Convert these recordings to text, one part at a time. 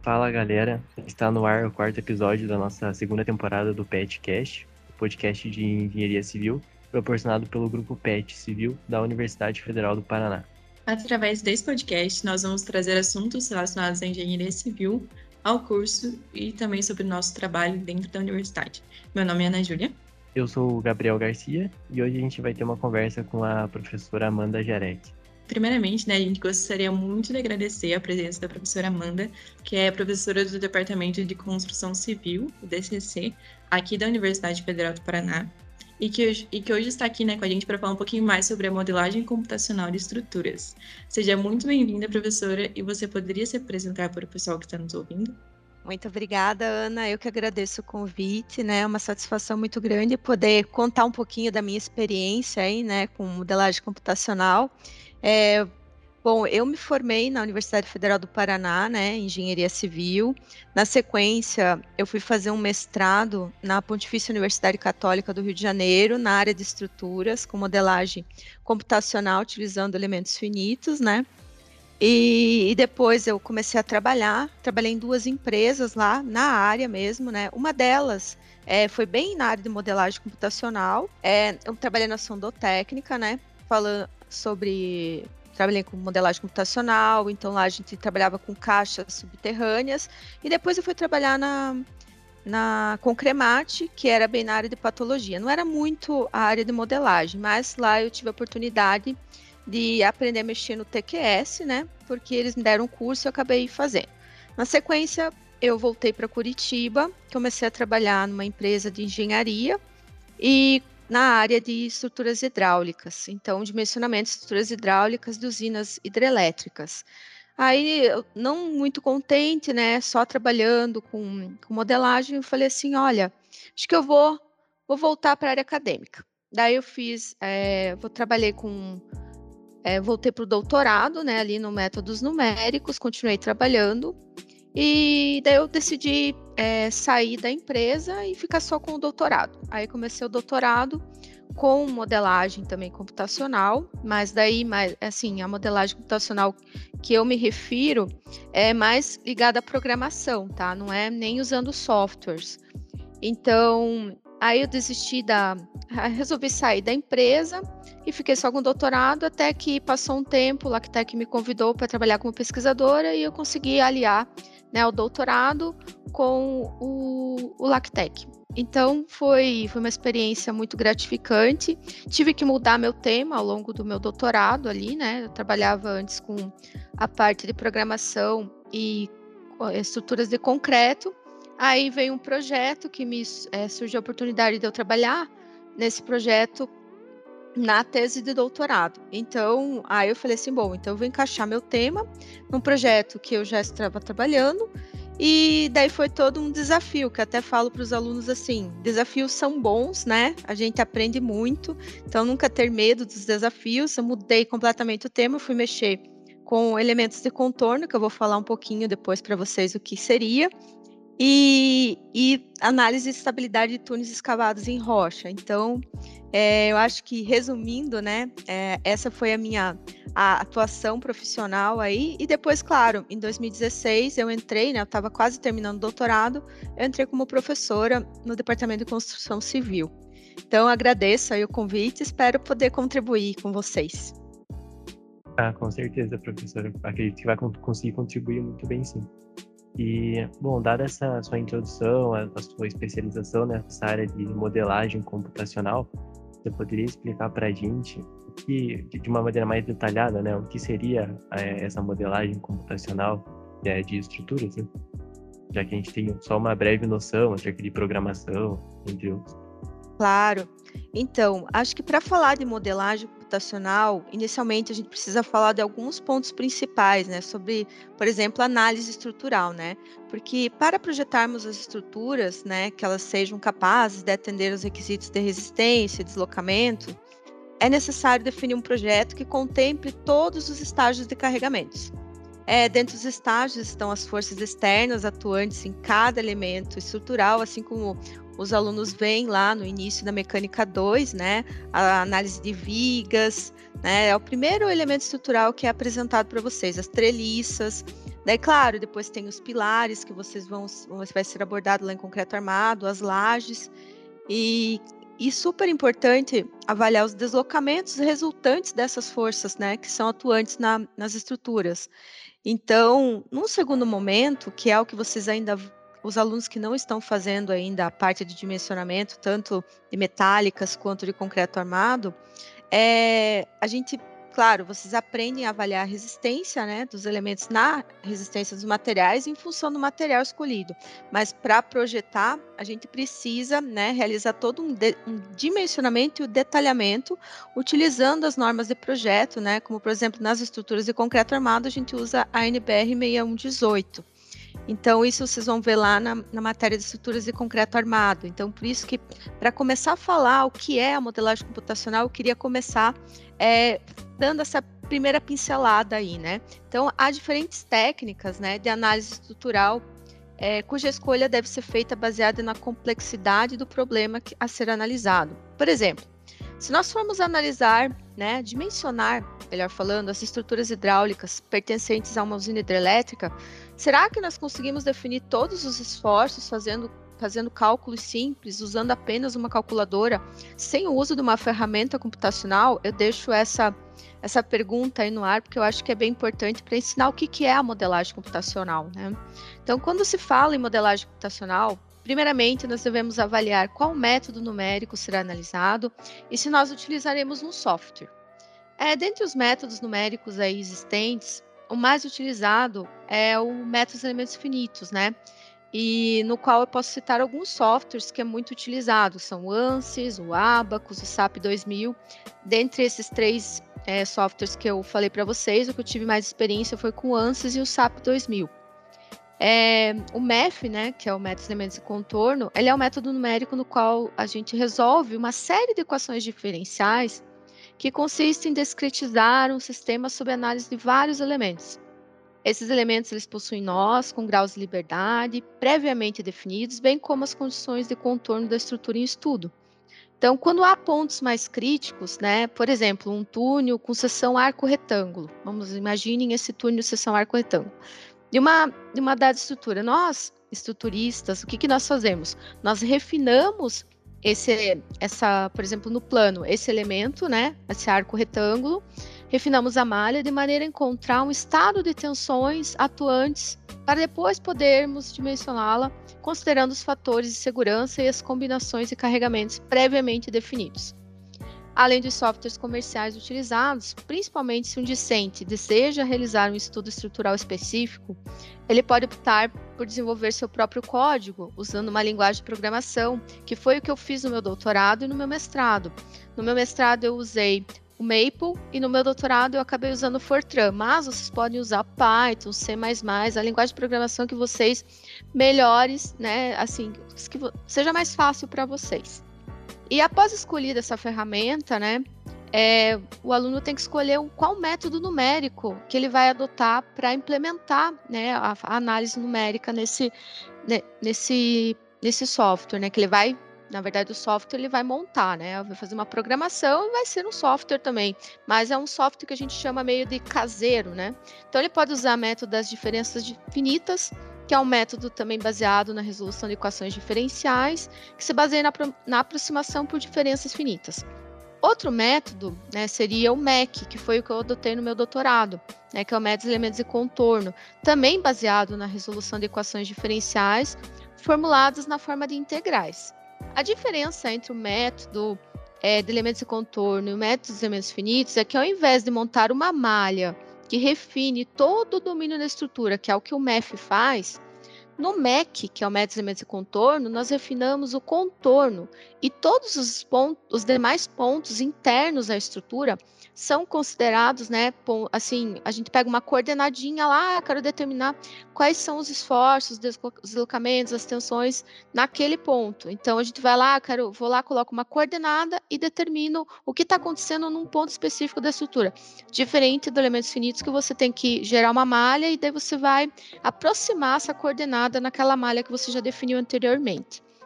Fala galera, está no ar o quarto episódio da nossa segunda temporada do PETcast, o podcast de engenharia civil, proporcionado pelo grupo PET Civil da Universidade Federal do Paraná. Através desse podcast, nós vamos trazer assuntos relacionados à engenharia civil, ao curso e também sobre o nosso trabalho dentro da universidade. Meu nome é Ana Júlia. Eu sou o Gabriel Garcia e hoje a gente vai ter uma conversa com a professora Amanda Jarek. Primeiramente, a gente gostaria muito de agradecer a presença da professora Amanda, que é professora do Departamento de Construção Civil, o DCC, aqui da Universidade Federal do Paraná, e que hoje está aqui com a gente para falar um pouquinho mais sobre a modelagem computacional de estruturas. Seja muito bem-vinda, professora, e você poderia se apresentar para o pessoal que está nos ouvindo? Muito obrigada, Ana. Eu que agradeço o convite, É uma satisfação muito grande poder contar um pouquinho da minha experiência aí, com modelagem computacional. Bom, eu me formei na Universidade Federal do Paraná, em Engenharia Civil. Na sequência, eu fui fazer um mestrado na Pontifícia Universidade Católica do Rio de Janeiro, na área de estruturas, com modelagem computacional, utilizando elementos finitos, E depois eu comecei a trabalhei em 2 empresas lá, na área mesmo, Uma delas foi bem na área de modelagem computacional. Eu trabalhei na sondotécnica, falando sobre... Trabalhei com modelagem computacional, então lá a gente trabalhava com caixas subterrâneas, e depois eu fui trabalhar na Concremate, que era bem na área de patologia. Não era muito a área de modelagem, mas lá eu tive a oportunidade de aprender a mexer no TQS, porque eles me deram um curso e eu acabei fazendo. Na sequência, eu voltei para Curitiba, comecei a trabalhar numa empresa de engenharia e na área de estruturas hidráulicas, então dimensionamento de estruturas hidráulicas de usinas hidrelétricas. Aí, eu não muito contente, só trabalhando com modelagem, eu falei assim, olha, acho que eu vou voltar para a área acadêmica. Daí eu trabalhei voltei para o doutorado, ali no métodos numéricos, continuei trabalhando, e daí eu decidi sair da empresa e ficar só com o doutorado. Aí comecei o doutorado com modelagem também computacional, mas daí, assim, a modelagem computacional que eu me refiro é mais ligada à programação, tá? Não é nem usando softwares. Então, aí eu resolvi sair da empresa e fiquei só com o doutorado, até que passou um tempo, o Lactec me convidou para trabalhar como pesquisadora e eu consegui aliar o doutorado com o Lactec. Então, foi uma experiência muito gratificante. Tive que mudar meu tema ao longo do meu doutorado ali, Eu trabalhava antes com a parte de programação e estruturas de concreto. Aí veio um projeto que surgiu a oportunidade de eu trabalhar nesse projeto na tese de doutorado. Então, aí eu falei assim, bom, então eu vou encaixar meu tema num projeto que eu já estava trabalhando, e daí foi todo um desafio, que eu até falo para os alunos assim, desafios são bons, A gente aprende muito, então nunca ter medo dos desafios. Eu mudei completamente o tema, fui mexer com elementos de contorno, que eu vou falar um pouquinho depois para vocês o que seria, e análise de estabilidade de túneis escavados em rocha. Então, eu acho que, resumindo, essa foi a atuação profissional aí. E depois, claro, em 2016 eu entrei, eu estava quase terminando o doutorado, eu entrei como professora no Departamento de Construção Civil. Então, agradeço aí o convite, espero poder contribuir com vocês. Com certeza, professora. Acredito que vai conseguir contribuir muito bem, sim. E, bom, dada essa sua introdução, a sua especialização nessa área de modelagem computacional, você poderia explicar para a gente, de uma maneira mais detalhada, o que seria essa modelagem computacional de estruturas, já que a gente tem só uma breve noção acerca de programação, entre outros. Claro. Então, acho que para falar de modelagem computacional, inicialmente a gente precisa falar de alguns pontos principais, sobre, por exemplo, análise estrutural, Porque para projetarmos as estruturas, que elas sejam capazes de atender os requisitos de resistência e deslocamento, é necessário definir um projeto que contemple todos os estágios de carregamentos. Dentro dos estágios estão as forças externas atuantes em cada elemento estrutural, assim como os alunos veem lá no início da mecânica 2, a análise de vigas, é o primeiro elemento estrutural que é apresentado para vocês, as treliças, Daí, claro, depois tem os pilares que vai ser abordado lá em concreto armado, as lajes, e super importante avaliar os deslocamentos resultantes dessas forças, né, que são atuantes nas estruturas. Então, num segundo momento, que é o que os alunos que não estão fazendo ainda a parte de dimensionamento, tanto de metálicas quanto de concreto armado, a gente, claro, vocês aprendem a avaliar a resistência, né, dos elementos na resistência dos materiais em função do material escolhido. Mas para projetar, a gente precisa, né, realizar todo um dimensionamento e o detalhamento utilizando as normas de projeto, né, como por exemplo nas estruturas de concreto armado a gente usa a NBR 6118. Então, isso vocês vão ver lá na matéria de estruturas de concreto armado. Então, por isso que, para começar a falar o que é a modelagem computacional, eu queria começar dando essa primeira pincelada aí, né? Então, há diferentes técnicas, né, de análise estrutural, cuja escolha deve ser feita baseada na complexidade do problema a ser analisado. Por exemplo, se nós formos analisar, né, dimensionar, melhor falando, as estruturas hidráulicas pertencentes a uma usina hidrelétrica, será que nós conseguimos definir todos os esforços fazendo cálculos simples, usando apenas uma calculadora, sem o uso de uma ferramenta computacional? Eu deixo essa pergunta aí no ar, porque eu acho que é bem importante para ensinar o que é a modelagem computacional, né? Então, quando se fala em modelagem computacional, primeiramente, nós devemos avaliar qual método numérico será analisado e se nós utilizaremos um software. Dentre os métodos numéricos aí existentes, o mais utilizado é o método dos elementos finitos, né? E no qual eu posso citar alguns softwares que é muito utilizado, são o ANSYS, o Abacus, o SAP 2000. Dentre esses três softwares que eu falei para vocês, o que eu tive mais experiência foi com o ANSYS e o SAP 2000. O MEF, né, que é o método de elementos de contorno, ele é um método numérico no qual a gente resolve uma série de equações diferenciais que consiste em discretizar um sistema sob análise de vários elementos. Esses elementos eles possuem nós com graus de liberdade previamente definidos, bem como as condições de contorno da estrutura em estudo. Então, quando há pontos mais críticos, né, por exemplo, um túnel com seção arco-retângulo, imaginem esse túnel seção arco-retângulo, de uma dada estrutura, nós, estruturistas, o que nós fazemos? Nós refinamos por exemplo, no plano, esse elemento, né, esse arco retângulo, refinamos a malha de maneira a encontrar um estado de tensões atuantes para depois podermos dimensioná-la, considerando os fatores de segurança e as combinações de carregamentos previamente definidos. Além dos softwares comerciais utilizados, principalmente se um discente deseja realizar um estudo estrutural específico, ele pode optar por desenvolver seu próprio código, usando uma linguagem de programação, que foi o que eu fiz no meu doutorado e no meu mestrado. No meu mestrado eu usei o Maple e no meu doutorado eu acabei usando o Fortran, mas vocês podem usar Python, C++, a linguagem de programação que vocês melhores, né, assim, que seja mais fácil para vocês. E após escolhida essa ferramenta, né, o aluno tem que escolher qual método numérico que ele vai adotar para implementar, né, a análise numérica nesse software, né, que ele vai, na verdade, o software ele vai montar, né, vai fazer uma programação e vai ser um software também, mas é um software que a gente chama meio de caseiro, né? Então ele pode usar método das diferenças finitas, que é um método também baseado na resolução de equações diferenciais, que se baseia na aproximação por diferenças finitas. Outro método, né, seria o MEC, que foi o que eu adotei no meu doutorado, né, que é o método de elementos de contorno, também baseado na resolução de equações diferenciais formuladas na forma de integrais. A diferença entre o método de elementos de contorno e o método dos elementos finitos é que, ao invés de montar uma malha que refine todo o domínio da estrutura, que é o que o MEF faz, no MEC, que é o método de elementos de contorno, nós refinamos o contorno e todos os demais pontos internos da estrutura são considerados, né, assim, a gente pega uma coordenadinha lá, quero determinar quais são os esforços, os deslocamentos, as tensões naquele ponto. Então, a gente vai lá, vou lá, coloco uma coordenada e determino o que está acontecendo num ponto específico da estrutura. Diferente do elementos finitos, que você tem que gerar uma malha e daí você vai aproximar essa coordenada naquela malha que você já definiu anteriormente.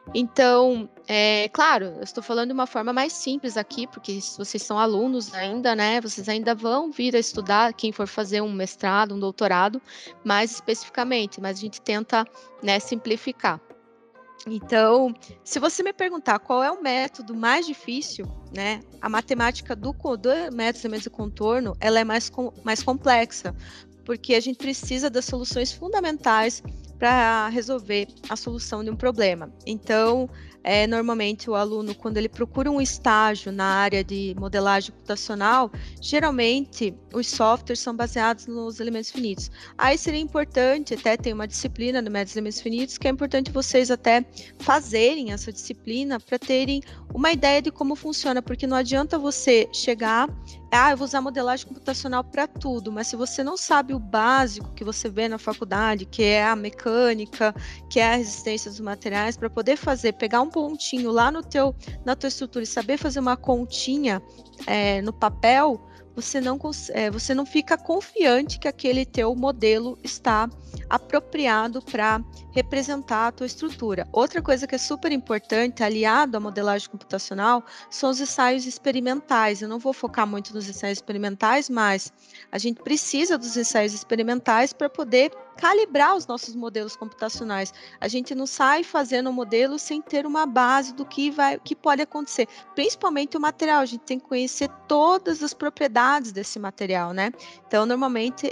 Então, claro, eu estou falando de uma forma mais simples aqui, porque se vocês são alunos ainda, né, vocês ainda vão vir a estudar, quem for fazer um mestrado, um doutorado, mais especificamente, mas a gente tenta, né, simplificar. Então, se você me perguntar qual é o método mais difícil, né, a matemática do método de elementos e contorno, ela é mais complexa, porque a gente precisa das soluções fundamentais para resolver a solução de um problema. Então, normalmente o aluno, quando ele procura um estágio na área de modelagem computacional, geralmente os softwares são baseados nos elementos finitos. Aí seria importante, até tem uma disciplina no método de elementos finitos, que é importante vocês até fazerem essa disciplina para terem uma ideia de como funciona, porque não adianta você chegar, eu vou usar modelagem computacional para tudo, mas se você não sabe o básico que você vê na faculdade, que é a mecânica, que é a resistência dos materiais, para poder pegar um pontinho lá na tua estrutura e saber fazer uma continha no papel, você não fica confiante que aquele teu modelo está apropriado para representar a tua estrutura. Outra coisa que é super importante, aliado à modelagem computacional, são os ensaios experimentais. Eu não vou focar muito nos ensaios experimentais, mas a gente precisa dos ensaios experimentais para poder calibrar os nossos modelos computacionais. A gente não sai fazendo um modelo sem ter uma base do que pode acontecer. Principalmente o material, a gente tem que conhecer todas as propriedades desse material, né? Então, normalmente,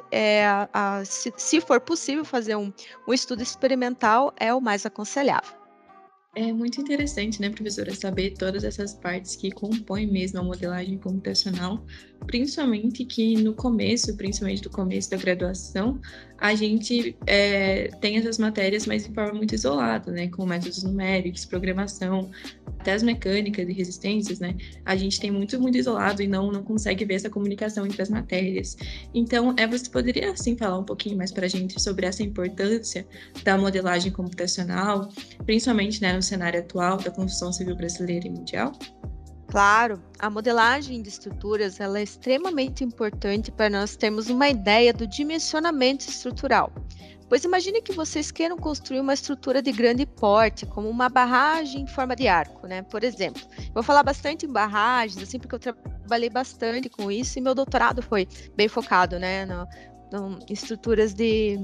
se for possível fazer um estudo experimental, é o mais aconselhável. É muito interessante, né, professora, saber todas essas partes que compõem mesmo a modelagem computacional, principalmente que no começo, principalmente do começo da graduação, a gente tem essas matérias, mas de forma muito isolada, né, com métodos numéricos, programação, até as mecânicas e resistências, né, a gente tem muito, muito isolado e não consegue ver essa comunicação entre as matérias. Então, você poderia, assim, falar um pouquinho mais para a gente sobre essa importância da modelagem computacional, principalmente, né, no cenário atual da construção civil brasileira e mundial? Claro, a modelagem de estruturas ela é extremamente importante para nós termos uma ideia do dimensionamento estrutural. Pois imagine que vocês queiram construir uma estrutura de grande porte, como uma barragem em forma de arco, né? Por exemplo, eu vou falar bastante em barragens, assim, porque eu trabalhei bastante com isso e meu doutorado foi bem focado, né, em estruturas de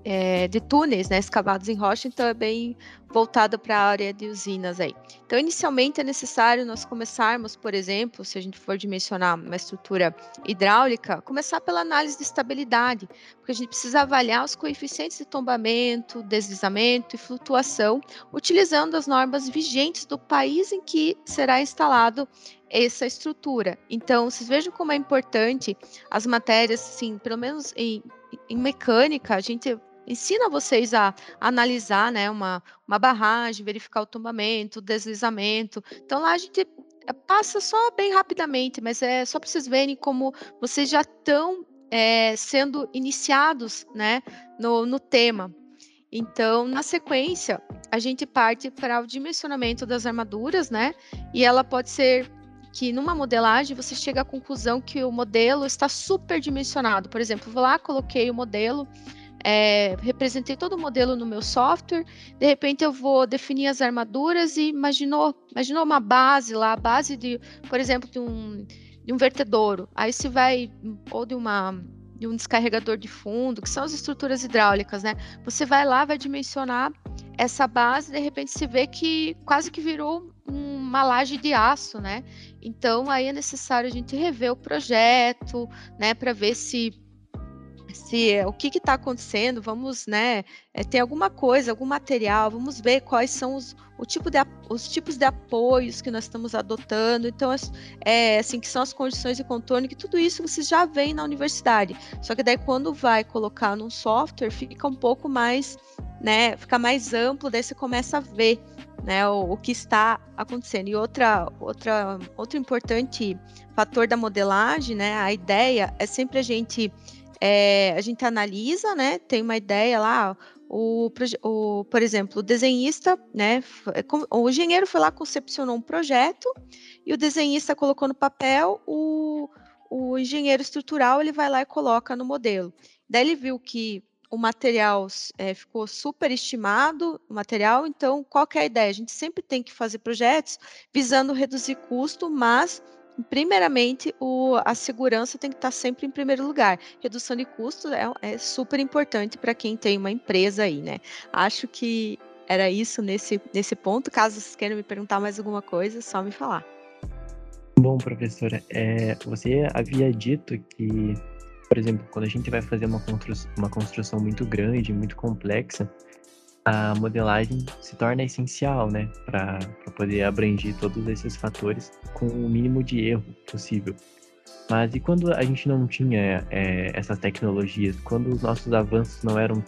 túneis, né, escavados em rocha, então é bem voltado para a área de usinas aí. Então, inicialmente é necessário nós começarmos, por exemplo, se a gente for dimensionar uma estrutura hidráulica, começar pela análise de estabilidade, porque a gente precisa avaliar os coeficientes de tombamento, deslizamento e flutuação, utilizando as normas vigentes do país em que será instalado essa estrutura. Então, vocês vejam como é importante as matérias, assim, pelo menos em mecânica, a gente ensina vocês a analisar, né, uma barragem, verificar o tombamento, o deslizamento. Então, lá a gente passa só bem rapidamente, mas é só para vocês verem como vocês já estão sendo iniciados, né, no tema. Então, na sequência, a gente parte para o dimensionamento das armaduras, né, e ela pode ser que numa modelagem você chega à conclusão que o modelo está superdimensionado. Por exemplo, vou lá, coloquei o modelo, representei todo o modelo no meu software, de repente eu vou definir as armaduras e imaginou uma base lá, a base de, por exemplo, de um vertedouro. Aí se vai, ou de um descarregador de fundo, que são as estruturas hidráulicas, né? Você vai lá, vai dimensionar essa base, de repente se vê que quase que virou uma laje de aço, né? Então aí é necessário a gente rever o projeto, né, para ver se o que está acontecendo, vamos, né, tem alguma coisa, algum material, vamos ver quais são os tipos de apoios que nós estamos adotando, então, assim, que são as condições de contorno, que tudo isso vocês já veem na universidade, só que daí quando vai colocar num software, fica um pouco mais, né, fica mais amplo, daí você começa a ver, né, o que está acontecendo. E outro importante fator da modelagem, né, a ideia é sempre a gente analisa, né? Tem uma ideia lá, por exemplo, o desenhista, né? O engenheiro foi lá, concepcionou um projeto e o desenhista colocou no papel, o engenheiro estrutural ele vai lá e coloca no modelo. Daí ele viu que o material ficou superestimado, o material, então qual que é a ideia? A gente sempre tem que fazer projetos visando reduzir custo, mas primeiramente a segurança tem que estar sempre em primeiro lugar. Redução de custo é super importante para quem tem uma empresa aí, né? Acho que era isso nesse ponto. Caso vocês queiram me perguntar mais alguma coisa, é só me falar. Bom, professora, você havia dito que, por exemplo, quando a gente vai fazer uma construção muito grande, muito complexa, a modelagem se torna essencial, né, para poder abranger todos esses fatores com o mínimo de erro possível. Mas e quando a gente não tinha essas tecnologias, quando os nossos avanços não eram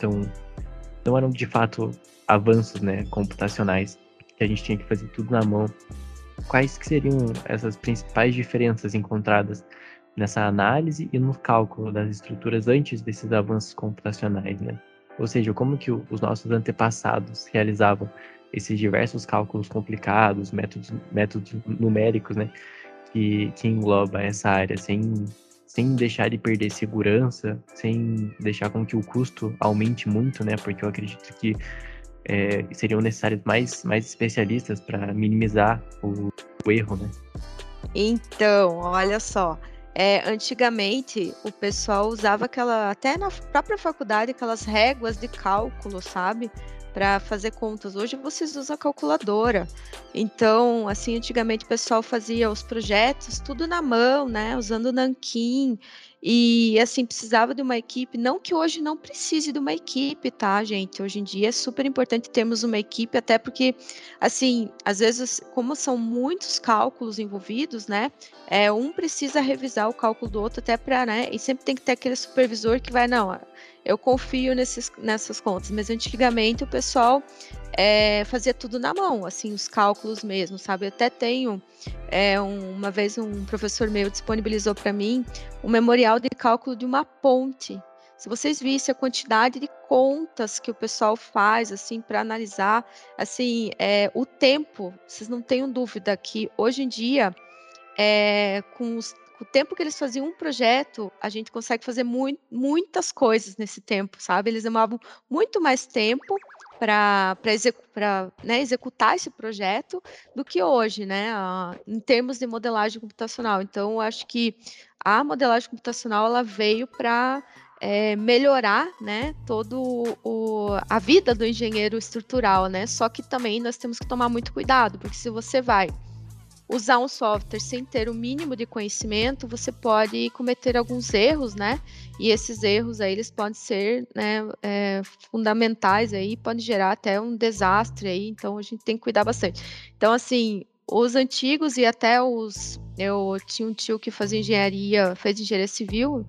de fato avanços, né, computacionais, que a gente tinha que fazer tudo na mão, quais que seriam essas principais diferenças encontradas nessa análise e no cálculo das estruturas antes desses avanços computacionais, né? Ou seja, como que os nossos antepassados realizavam esses diversos cálculos complicados, métodos numéricos, né, que engloba essa área, sem deixar de perder segurança, sem deixar com que o custo aumente muito, né? Porque eu acredito que seriam necessários mais especialistas para minimizar o erro, né? Então, olha só, antigamente o pessoal usava até na própria faculdade, aquelas réguas de cálculo, sabe? Para fazer contas. Hoje vocês usam a calculadora. Então, assim, antigamente o pessoal fazia os projetos tudo na mão, né? Usando o nanquim. E, assim, precisava de uma equipe. Não que hoje não precise de uma equipe, tá, gente? Hoje em dia é super importante termos uma equipe, até porque, assim, às vezes, como são muitos cálculos envolvidos, né? Um precisa revisar o cálculo do outro até para, né? E sempre tem que ter aquele supervisor que vai, não, eu confio nessas contas, mas antigamente o pessoal fazia tudo na mão, assim, os cálculos mesmo, sabe? Eu até tenho, uma vez um professor meu disponibilizou para mim um memorial de cálculo de uma ponte. Se vocês vissem a quantidade de contas que o pessoal faz, assim, para analisar, assim, o tempo, vocês não tenham dúvida que hoje em dia com o tempo que eles faziam um projeto, a gente consegue fazer muitas coisas nesse tempo, sabe? Eles demoravam muito mais tempo para né, executar esse projeto do que hoje, né? Em termos de modelagem computacional. Então, eu acho que a modelagem computacional ela veio para melhorar, né, a vida do engenheiro estrutural, né? Só que também nós temos que tomar muito cuidado, porque se você vai usar um software sem ter o mínimo de conhecimento, você pode cometer alguns erros, né? E esses erros aí, eles podem ser, né, fundamentais aí, podem gerar até um desastre aí, então a gente tem que cuidar bastante. Então, assim, os antigos e até eu tinha um tio que fez engenharia civil,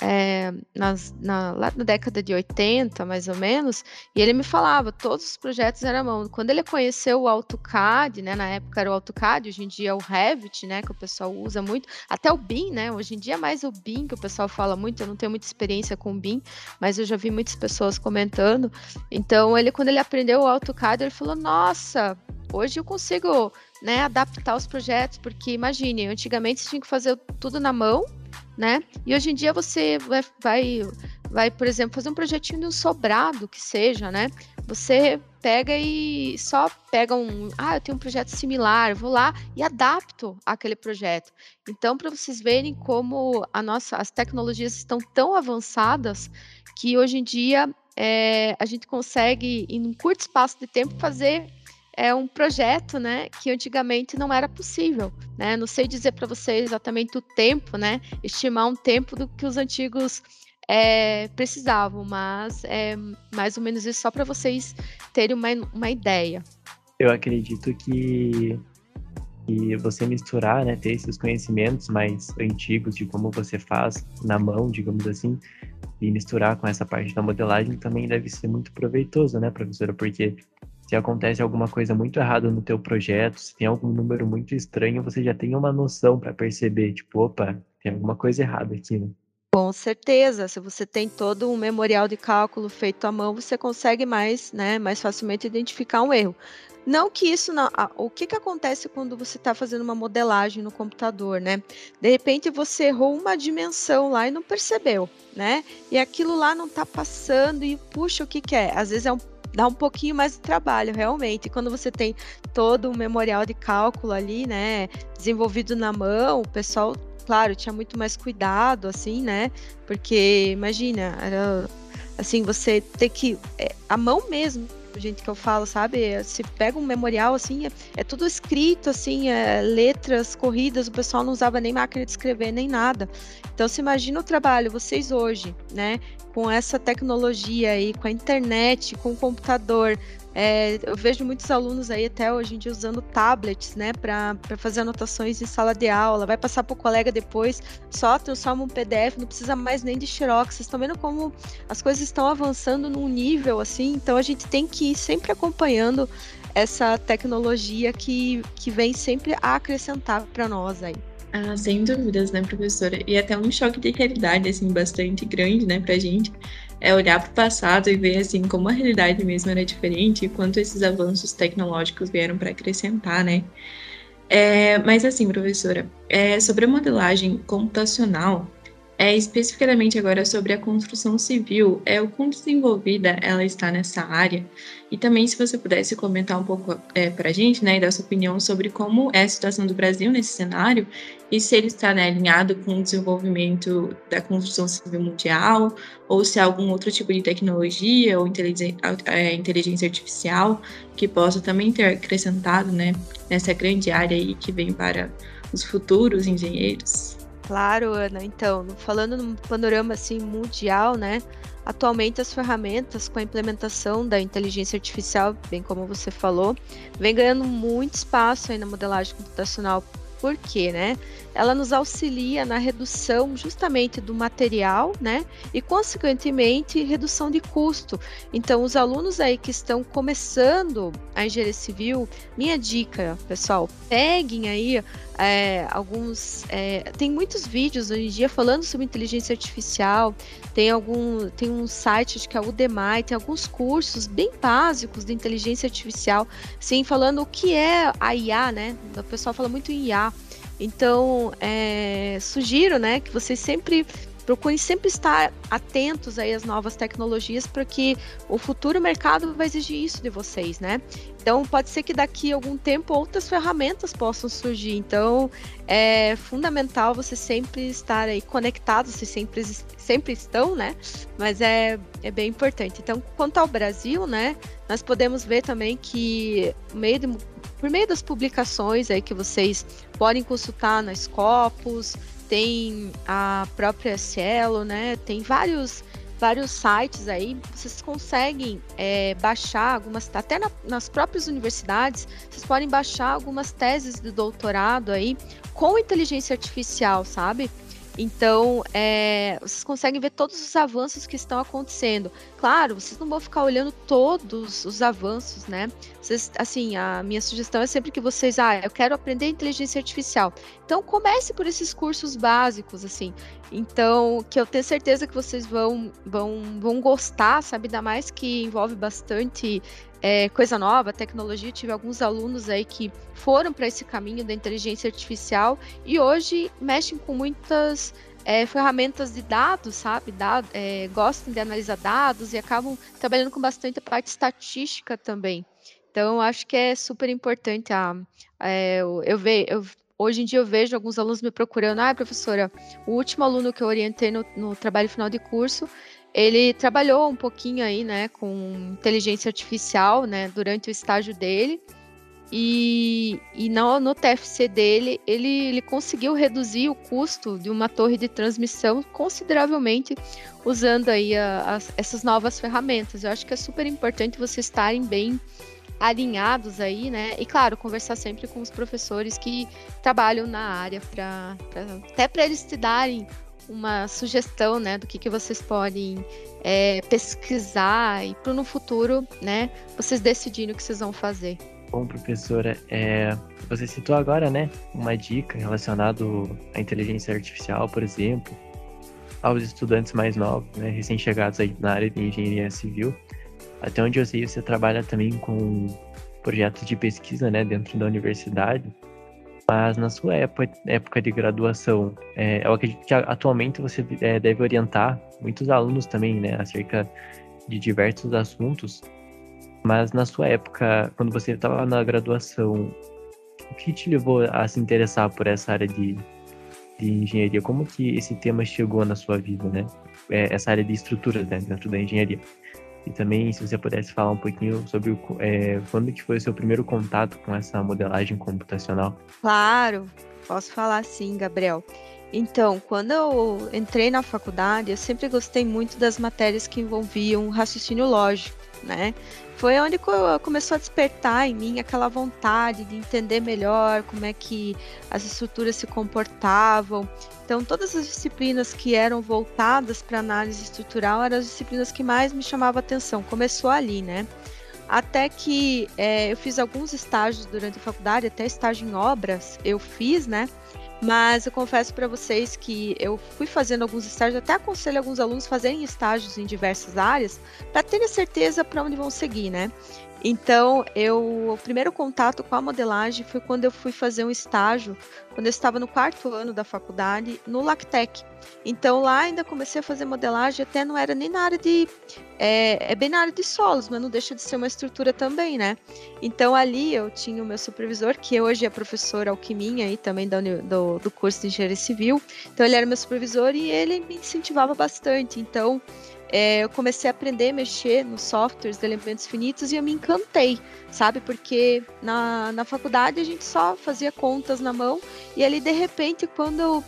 lá na década de 80, mais ou menos, e ele me falava, todos os projetos eram à mão. Quando ele conheceu o AutoCAD, né, na época era o AutoCAD, hoje em dia é o Revit, né, que o pessoal usa muito, até o BIM, né, hoje em dia é mais o BIM que o pessoal fala muito, eu não tenho muita experiência com o BIM, mas eu já vi muitas pessoas comentando. Então, quando ele aprendeu o AutoCAD, ele falou, nossa, hoje eu consigo, né, adaptar os projetos, porque imagine, antigamente você tinha que fazer tudo na mão, né? E hoje em dia você vai, por exemplo, fazer um projetinho de um sobrado que seja, né? Você pega e só pega eu tenho um projeto similar, vou lá e adapto aquele projeto. Então, para vocês verem como as tecnologias estão tão avançadas que hoje em dia a gente consegue, em um curto espaço de tempo, fazer um projeto, né, que antigamente não era possível, né? Não sei dizer para vocês exatamente o tempo, né? Estimar um tempo do que os antigos precisavam, mas é mais ou menos isso só para vocês terem uma ideia. Eu acredito que você misturar, né, ter esses conhecimentos mais antigos de como você faz na mão, digamos assim, e misturar com essa parte da modelagem também deve ser muito proveitoso, né, professora? Porque se acontece alguma coisa muito errada no teu projeto, se tem algum número muito estranho, você já tem uma noção para perceber, tipo, opa, tem alguma coisa errada aqui, né? Com certeza, se você tem todo um memorial de cálculo feito à mão, você consegue mais, né, mais facilmente identificar um erro. Não que isso não, o que acontece quando você está fazendo uma modelagem no computador, né? De repente você errou uma dimensão lá e não percebeu, né? E aquilo lá não está passando e puxa, o que que é? Às vezes dá um pouquinho mais de trabalho, realmente. Quando você tem todo um memorial de cálculo ali, né, desenvolvido na mão, o pessoal, claro, tinha muito mais cuidado, assim, né? Porque, imagina, era assim, você ter que... a mão mesmo, gente, que eu falo, sabe? Se pega um memorial, assim, é tudo escrito, assim, letras corridas, o pessoal não usava nem máquina de escrever, nem nada. Então, se imagina o trabalho, vocês hoje, né? Com essa tecnologia aí, com a internet, com o computador, eu vejo muitos alunos aí até hoje em dia usando tablets, né, para fazer anotações em sala de aula, vai passar para o colega depois, só transforma um PDF, não precisa mais nem de xerox. Vocês estão vendo como as coisas estão avançando num nível assim, então a gente tem que ir sempre acompanhando essa tecnologia que vem sempre a acrescentar para nós aí. Ah, sem dúvidas, né, professora? E até um choque de realidade, assim, bastante grande, né, pra gente. É olhar para o passado e ver, assim, como a realidade mesmo era diferente e quanto esses avanços tecnológicos vieram para acrescentar, né? Mas assim, professora, sobre a modelagem computacional, especificamente agora sobre a construção civil, o quão desenvolvida ela está nessa área, e também se você pudesse comentar um pouco para a gente, né, e dar sua opinião sobre como é a situação do Brasil nesse cenário, e se ele está, né, alinhado com o desenvolvimento da construção civil mundial, ou se há algum outro tipo de tecnologia ou inteligência artificial que possa também ter acrescentado, né, nessa grande área aí que vem para os futuros engenheiros. Claro, Ana. Então, falando num panorama assim mundial, né? Atualmente as ferramentas com a implementação da inteligência artificial, bem como você falou, vem ganhando muito espaço aí na modelagem computacional. Por quê, né? Ela nos auxilia na redução justamente do material, né? E, consequentemente, redução de custo. Então, os alunos aí que estão começando a engenharia civil, minha dica, pessoal, peguem aí tem muitos vídeos hoje em dia falando sobre inteligência artificial, tem um site, acho que é o Udemy, tem alguns cursos bem básicos de inteligência artificial, sim, falando o que é a IA, né? O pessoal fala muito em IA. Então, sugiro, né, que vocês procurem sempre estar atentos aí às novas tecnologias, porque o futuro mercado vai exigir isso de vocês, né? Então, pode ser que daqui a algum tempo outras ferramentas possam surgir. Então, é fundamental você sempre estar aí conectado, vocês sempre estão, né? Mas é bem importante. Então, quanto ao Brasil, né, nós podemos ver também que por meio das publicações aí que vocês podem consultar na Scopus, tem a própria Cielo, né? Tem vários sites aí, vocês conseguem baixar algumas, até nas próprias universidades, vocês podem baixar algumas teses de doutorado aí com inteligência artificial, sabe? Então, vocês conseguem ver todos os avanços que estão acontecendo. Claro, vocês não vão ficar olhando todos os avanços, né? Vocês, assim, a minha sugestão é sempre que vocês, eu quero aprender inteligência artificial. Então, comece por esses cursos básicos, assim. Então, que eu tenho certeza que vocês vão gostar, sabe? Ainda mais que envolve bastante coisa nova, tecnologia. Eu tive alguns alunos aí que foram para esse caminho da inteligência artificial e hoje mexem com muitas ferramentas de dados, sabe? Gostam de analisar dados e acabam trabalhando com bastante a parte estatística também. Então, acho que é super importante. Hoje em dia eu vejo alguns alunos me procurando. Professora, o último aluno que eu orientei no trabalho final de curso, ele trabalhou um pouquinho aí, né, com inteligência artificial, né, durante o estágio dele. E no TFC dele, ele conseguiu reduzir o custo de uma torre de transmissão consideravelmente usando aí essas novas ferramentas. Eu acho que é super importante vocês estarem bem alinhados aí, né? E claro, conversar sempre com os professores que trabalham na área até para eles te darem uma sugestão, né, do que vocês podem pesquisar e para no futuro, né, vocês decidirem o que vocês vão fazer. Bom, professora, você citou agora, né, uma dica relacionada à inteligência artificial, por exemplo, aos estudantes mais novos, né, recém-chegados aí na área de engenharia civil. Até onde eu sei, você trabalha também com projetos de pesquisa, né, dentro da universidade. Mas na sua época de graduação, eu acredito que atualmente você deve orientar muitos alunos também, né, acerca de diversos assuntos. Mas na sua época, quando você estava na graduação, o que te levou a se interessar por essa área de engenharia? Como que esse tema chegou na sua vida, né? Essa área de estruturas, né, dentro da engenharia. E também, se você pudesse falar um pouquinho sobre quando que foi o seu primeiro contato com essa modelagem computacional. Claro, posso falar sim, Gabriel. Então, quando eu entrei na faculdade, eu sempre gostei muito das matérias que envolviam raciocínio lógico, né? Foi onde começou a despertar em mim aquela vontade de entender melhor como é que as estruturas se comportavam. Então, todas as disciplinas que eram voltadas para análise estrutural eram as disciplinas que mais me chamavam a atenção. Começou ali, né? Até que eu fiz alguns estágios durante a faculdade, até estágio em obras eu fiz, né? Mas eu confesso para vocês que eu fui fazendo alguns estágios, até aconselho alguns alunos a fazerem estágios em diversas áreas, para terem certeza para onde vão seguir, né? Então, o primeiro contato com a modelagem foi quando eu fui fazer um estágio, quando eu estava no 4º ano da faculdade, no Lactec. Então, lá ainda comecei a fazer modelagem, até não era nem na área de... É bem na área de solos, mas não deixa de ser uma estrutura também, né? Então, ali eu tinha o meu supervisor, que hoje é professor Alquiminha, aí também do curso de Engenharia Civil. Então, ele era meu supervisor e ele me incentivava bastante. Então, eu comecei a aprender a mexer nos softwares de elementos finitos e eu me encantei, sabe? Porque na faculdade a gente só fazia contas na mão e ali, de repente, quando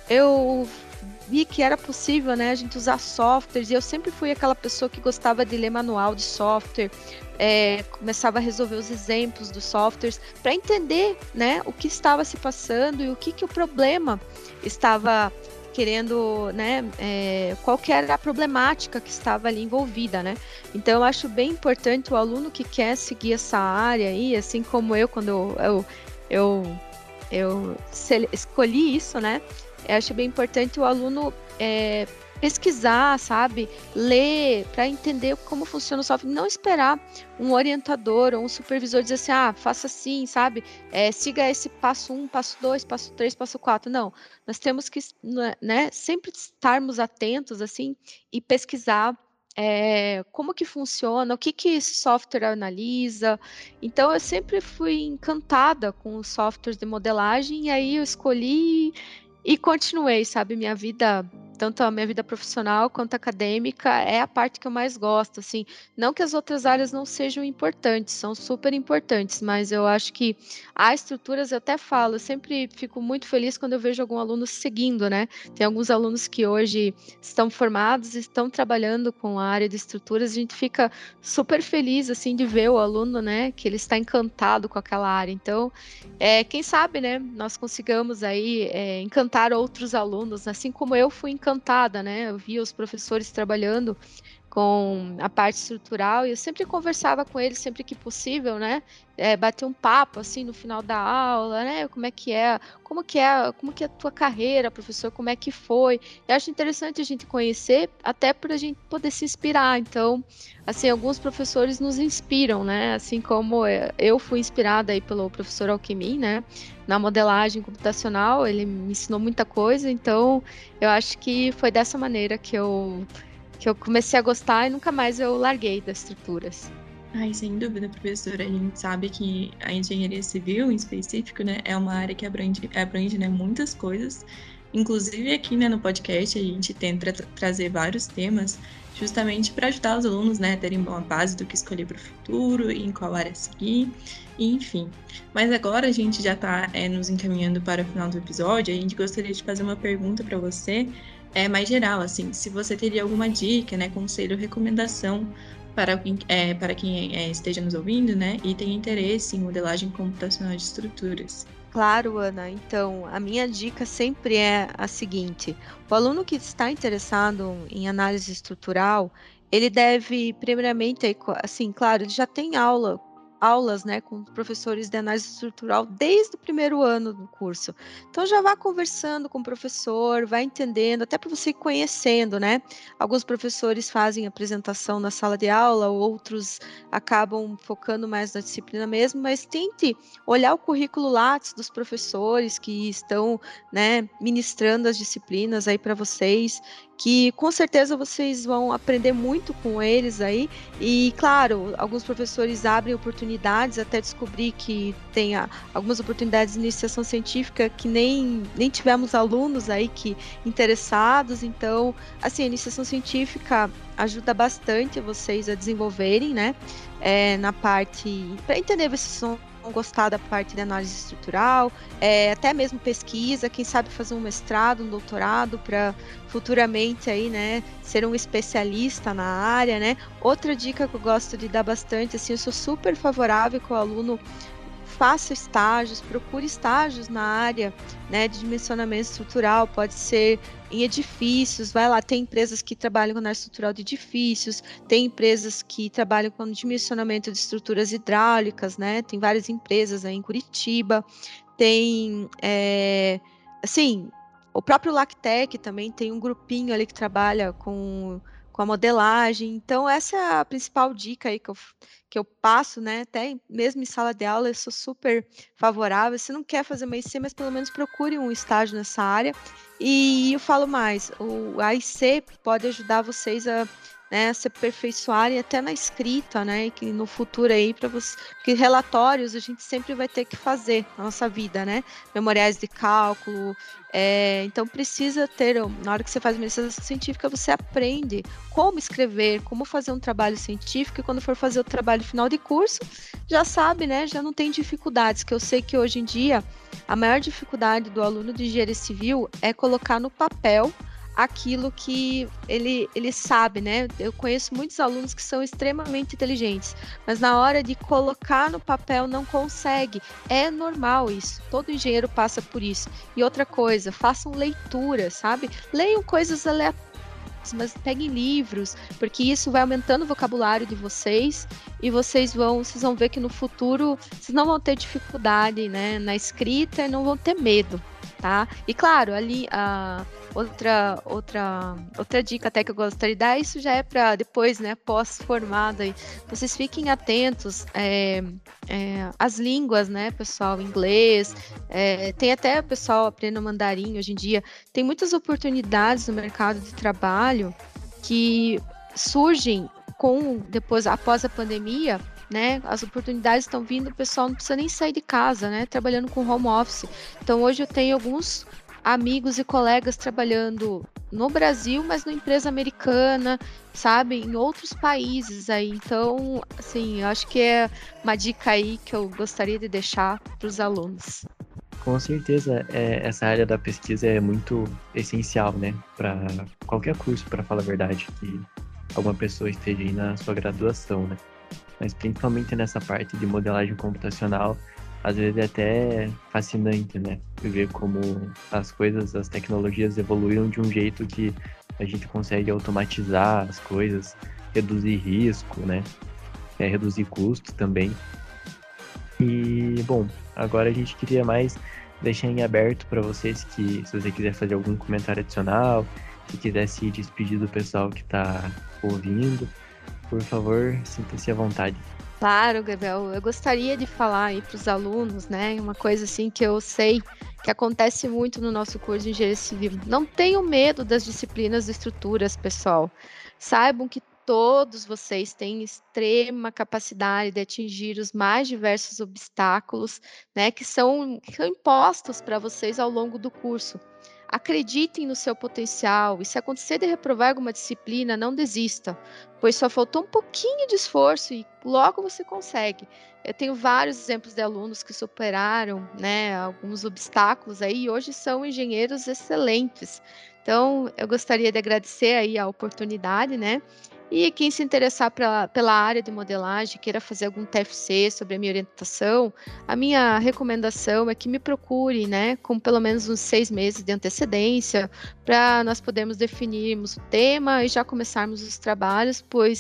eu vi que era possível, né, a gente usar softwares, e eu sempre fui aquela pessoa que gostava de ler manual de software, começava a resolver os exemplos dos softwares para entender, né, o que estava se passando e o que o problema estava querendo, né, qual que era a problemática que estava ali envolvida, né? Então, eu acho bem importante o aluno que quer seguir essa área aí, assim como eu, quando eu escolhi isso, né? Eu acho bem importante o aluno pesquisar, sabe? Ler para entender como funciona o software. Não esperar um orientador ou um supervisor dizer assim, faça assim, sabe? Siga esse passo 1, passo 2, passo 3, passo 4. Não, nós temos que, né, sempre estarmos atentos, assim, e pesquisar como que funciona, o que esse software analisa. Então, eu sempre fui encantada com os softwares de modelagem, e aí eu escolhi e continuei, sabe, minha vida, tanto a minha vida profissional quanto acadêmica, é a parte que eu mais gosto, assim. Não que as outras áreas não sejam importantes, são super importantes, mas eu acho que há estruturas, eu até falo, eu sempre fico muito feliz quando eu vejo algum aluno seguindo, né? Tem alguns alunos que hoje estão formados e estão trabalhando com a área de estruturas, a gente fica super feliz, assim, de ver o aluno, né, que ele está encantado com aquela área. Então, quem sabe, né, nós consigamos aí encantar outros alunos, assim como eu fui encantada, né? Eu via os professores trabalhando com a parte estrutural e eu sempre conversava com eles sempre que possível, né? Bater um papo assim no final da aula, né? Como que é a tua carreira, professor? Como é que foi? Eu acho interessante a gente conhecer, até para a gente poder se inspirar. Então, assim, alguns professores nos inspiram, né? Assim como eu fui inspirada aí pelo professor Alquimim, né? Na modelagem computacional, ele me ensinou muita coisa. Então, eu acho que foi dessa maneira que eu comecei a gostar e nunca mais eu larguei das estruturas. Ai, sem dúvida, professora. A gente sabe que a engenharia civil, em específico, né, é uma área que abrange, né, muitas coisas. Inclusive aqui, né, no podcast, a gente tenta trazer vários temas justamente para ajudar os alunos, né, a terem uma base do que escolher para o futuro e em qual área seguir, e enfim. Mas agora a gente já está nos encaminhando para o final do episódio. A gente gostaria de fazer uma pergunta para você, mais geral, assim, se você teria alguma dica, né, conselho, recomendação para quem esteja nos ouvindo, né, e tem interesse em modelagem computacional de estruturas. Claro, Ana. Então, a minha dica sempre é a seguinte: o aluno que está interessado em análise estrutural, ele deve, primeiramente, assim, claro, ele já tem aulas, né, com professores de análise estrutural desde o primeiro ano do curso. Então já vá conversando com o professor, vai entendendo, até para você ir conhecendo, né? Alguns professores fazem apresentação na sala de aula, outros acabam focando mais na disciplina mesmo, mas tente olhar o currículo Lattes dos professores que estão, né, ministrando as disciplinas aí para vocês, que com certeza vocês vão aprender muito com eles aí. E claro, alguns professores abrem oportunidades até descobrir que tem algumas oportunidades de iniciação científica que nem tivemos alunos aí que interessados. Então, assim, a iniciação científica ajuda bastante vocês a desenvolverem, né, na parte, para entender se vão gostar da parte de análise estrutural, até mesmo pesquisa, quem sabe fazer um mestrado, um doutorado para futuramente aí, né, ser um especialista na área, né. Outra dica que eu gosto de dar bastante, assim, eu sou super favorável que o aluno faça estágios, procure estágios na área, né, de dimensionamento estrutural, pode ser em edifícios, vai lá, tem empresas que trabalham com análise estrutural de edifícios, tem empresas que trabalham com dimensionamento de estruturas hidráulicas, né, tem várias empresas aí em Curitiba, tem, assim, o próprio Lactec também tem um grupinho ali que trabalha com a modelagem. Então essa é a principal dica aí que eu passo, né, até mesmo em sala de aula, eu sou super favorável. Se não quer fazer uma IC, mas pelo menos procure um estágio nessa área. E eu falo mais, a IC pode ajudar vocês a, né, se aperfeiçoarem até na escrita, né, e que no futuro aí para você, porque relatórios a gente sempre vai ter que fazer na nossa vida, né, memoriais de cálculo, então precisa ter, na hora que você faz uma iniciação científica, você aprende como escrever, como fazer um trabalho científico, e quando for fazer o trabalho final de curso, já sabe, né, já não tem dificuldades, que eu sei que hoje em dia a maior dificuldade do aluno de engenharia civil é colocar no papel aquilo que ele sabe, né? Eu conheço muitos alunos que são extremamente inteligentes, mas na hora de colocar no papel não consegue. É normal isso, todo engenheiro passa por isso. E outra coisa, façam leitura, sabe? Leiam coisas aleatórias, mas peguem livros, porque isso vai aumentando o vocabulário de vocês e vocês vão ver que no futuro vocês não vão ter dificuldade, né, na escrita e não vão ter medo, tá? E claro, ali outra dica até que eu gostaria de dar, isso já é para depois, né, pós-formado aí, vocês fiquem atentos às línguas, né, pessoal, inglês, tem até o pessoal aprendendo mandarim hoje em dia, tem muitas oportunidades no mercado de trabalho que surgem após a pandemia, né, as oportunidades estão vindo, o pessoal não precisa nem sair de casa, né, trabalhando com home office. Então hoje eu tenho alguns amigos e colegas trabalhando no Brasil, mas numa empresa americana, sabe, em outros países aí. Então, assim, eu acho que é uma dica aí que eu gostaria de deixar para os alunos. Com certeza, essa área da pesquisa é muito essencial, né, para qualquer curso, para falar a verdade, que alguma pessoa esteja aí na sua graduação, né. Mas principalmente nessa parte de modelagem computacional, às vezes é até fascinante, né? Ver como as tecnologias evoluíram de um jeito que a gente consegue automatizar as coisas, reduzir risco, né? Reduzir custo também. E, bom, agora a gente queria mais deixar em aberto para vocês que, se você quiser fazer algum comentário adicional, se quiser se despedir do pessoal que está ouvindo, por favor, sinta-se à vontade. Claro, Gabriel, eu gostaria de falar aí para os alunos, né, uma coisa assim que eu sei que acontece muito no nosso curso de Engenharia Civil. Não tenham medo das disciplinas de estruturas, pessoal. Saibam que todos vocês têm extrema capacidade de atingir os mais diversos obstáculos, né, que são impostos para vocês ao longo do curso. Acreditem no seu potencial e se acontecer de reprovar alguma disciplina, não desista, pois só faltou um pouquinho de esforço e logo você consegue. Eu tenho vários exemplos de alunos que superaram, né, alguns obstáculos aí e hoje são engenheiros excelentes. Então, eu gostaria de agradecer aí a oportunidade, né? E quem se interessar pela área de modelagem, queira fazer algum TFC sobre a minha orientação, a minha recomendação é que me procure, né, com pelo menos uns 6 meses de antecedência, para nós podermos definirmos o tema e já começarmos os trabalhos, pois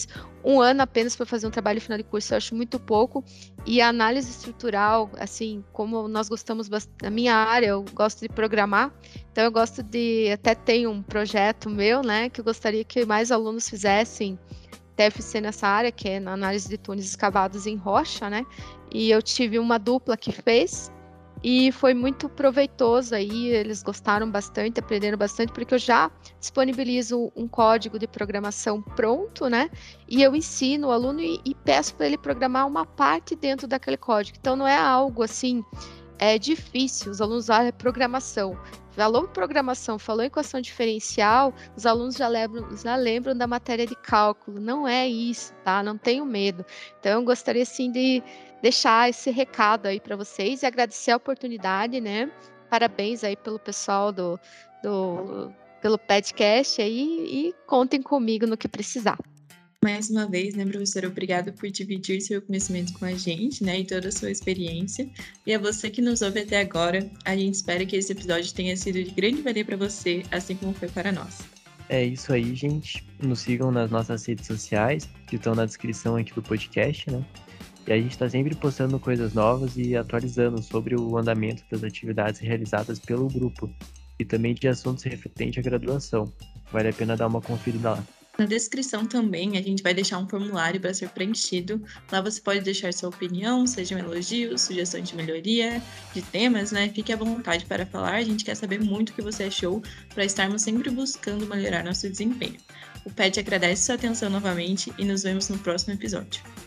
um ano apenas para fazer um trabalho final de curso, eu acho muito pouco. E a análise estrutural, assim, como nós gostamos bastante, na minha área, eu gosto de programar, então eu gosto de, até tem um projeto meu, né, que eu gostaria que mais alunos fizessem TFC nessa área, que é na análise de túneis escavados em rocha, né, e eu tive uma dupla que fez, e foi muito proveitoso aí, eles gostaram bastante, aprenderam bastante, porque eu já disponibilizo um código de programação pronto, né? E eu ensino o aluno e peço para ele programar uma parte dentro daquele código. Então não é algo assim difícil, os alunos usarem programação. Falou programação, falou equação diferencial, os alunos já lembram da matéria de cálculo. Não é isso, tá? Não tenho medo. Então eu gostaria sim de deixar esse recado aí para vocês e agradecer a oportunidade, né? Parabéns aí pelo pessoal pelo podcast aí e contem comigo no que precisar. Mais uma vez, né, professora, obrigado por dividir seu conhecimento com a gente, né, e toda a sua experiência. E a você que nos ouve até agora, a gente espera que esse episódio tenha sido de grande valia para você, assim como foi para nós. É isso aí, gente. Nos sigam nas nossas redes sociais, que estão na descrição aqui do podcast, né? E a gente está sempre postando coisas novas e atualizando sobre o andamento das atividades realizadas pelo grupo e também de assuntos referentes à graduação. Vale a pena dar uma conferida lá. Na descrição também a gente vai deixar um formulário para ser preenchido. Lá você pode deixar sua opinião, seja um elogio, sugestão de melhoria, de temas, né? Fique à vontade para falar, a gente quer saber muito o que você achou para estarmos sempre buscando melhorar nosso desempenho. O PET agradece sua atenção novamente e nos vemos no próximo episódio.